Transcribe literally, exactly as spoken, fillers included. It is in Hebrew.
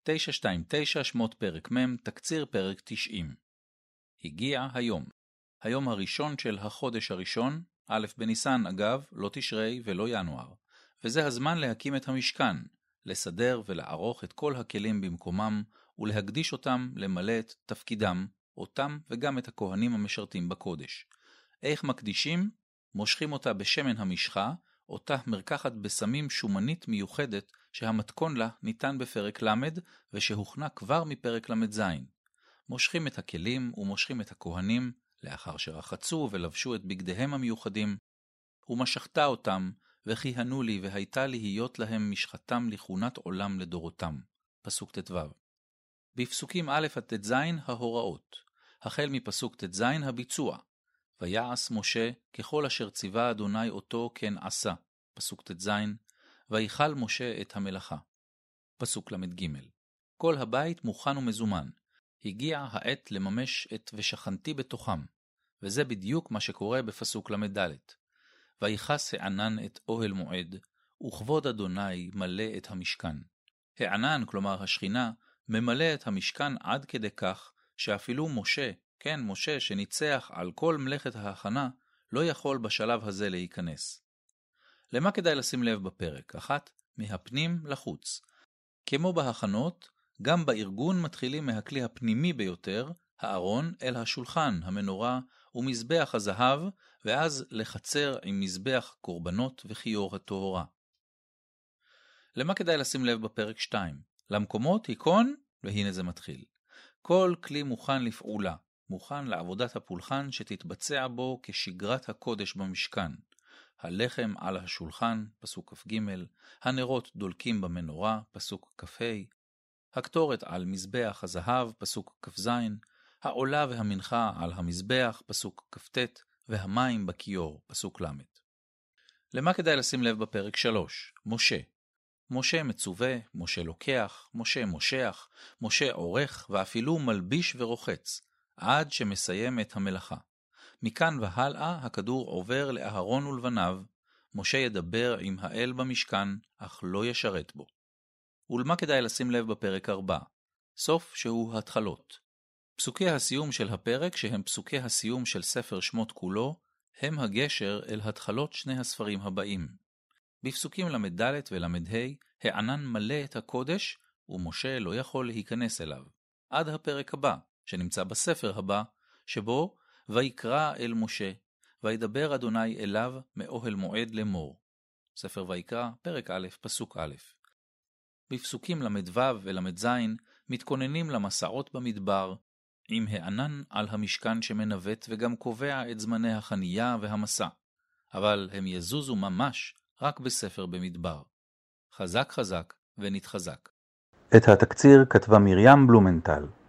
תשע שתיים תשע שמות פרק מ' תקציר פרק תשעים. הגיע היום. היום הראשון של החודש הראשון, א' בניסן אגב, לא תשרי ולא ינואר. וזה הזמן להקים את המשכן, לסדר ולערוך את כל הכלים במקומם, ולהקדיש אותם למלא את תפקידם, אותם וגם את הכהנים המשרתים בקודש. איך מקדישים? מושכים אותה בשמן המשחה, אותה מרקחת בסמים שומנית מיוחדת שהמתכון לה ניתן בפרק למד ושהוכנה כבר מפרק למד זין. מושכים את הכלים ומושכים את הכהנים לאחר שרחצו ולבשו את בגדיהם המיוחדים, ומשכתה אותם וכיהנו לי והייתה להיות להם משחתם לכהונת עולם לדורותם. פסוק ט"ו. בפסוקים א' עד ט"ז ההוראות. החל מפסוק ט"ז הביצוע. ויעש משה ככל אשר ציווה אדוני אותו כן עשה. פסוק ט"ז. ויכל משה את המלאכה. פסוק למד ג'. כל הבית מוכן ומזומן. הגיע העת לממש את ושכנתי בתוכם. וזה בדיוק מה שקורה בפסוק למד ד'. ויכס הענן את אוהל מועד, וכבוד אדוני מלא את המשכן. הענן, כלומר השכינה, ממלא את המשכן עד כדי כך שאפילו משה, כן משה שניצח על כל מלאכת ההכנה, לא יכול בשלב הזה להיכנס. למה כדאי לשים לב בפרק? אחת, מהפנים לחוץ. כמו בהכנות, גם בארגון מתחילים מהכלי הפנימי ביותר, הארון אל השולחן, המנורה ומזבח הזהב, ואז לחצר עם מזבח קורבנות וכיור הטהורה. למה כדאי לשים לב בפרק שתיים? למקומות היכון, והנה זה מתחיל. כל כלי מוכן לפעולה, מוכן לעבודת הפולחן שתתבצע בו כשגרת הקודש במשכן. הלחם על השולחן, פסוק כ"ג, הנרות דולקים במנורה, פסוק כ"ה, הקטורת על מזבח הזהב, פסוק כ"ז, העולה והמנחה על המזבח, פסוק כ"ט, והמים בכיור, פסוק ל'. למה כדאי לשים לב בפרק שלוש? משה. משה מצווה, משה לוקח, משה מושך, משה עורך ואפילו מלביש ורוחץ, עד שמסיים את המלאכה. מכאן והלאה הכדור עובר לאהרון ולבניו, משה ידבר עם האל במשכן, אך לא ישרת בו. ולמה כדאי לשים לב בפרק ארבע? סוף שהוא התחלות. פסוקי הסיום של הפרק, שהם פסוקי הסיום של ספר שמות כולו, הם הגשר אל התחלות שני הספרים הבאים. בפסוקים למד ד' ולמד ה', הענן מלא את הקודש, ומשה לא יכול להיכנס אליו. עד הפרק הבא, שנמצא בספר הבא, שבו ויקרא אל משה, וידבר אדוני אליו מאוהל מועד לאמור. ספר ויקרא, פרק א', פסוק א'. בפסוקים למד ו' ולמד ז' מתכוננים למסעות במדבר, עם הענן על המשכן שמנווט וגם קובע את זמני החנייה והמסע, אבל הם יזוזו ממש רק בספר במדבר. חזק חזק ונתחזק. את התקציר כתבה מרים בלומנטל.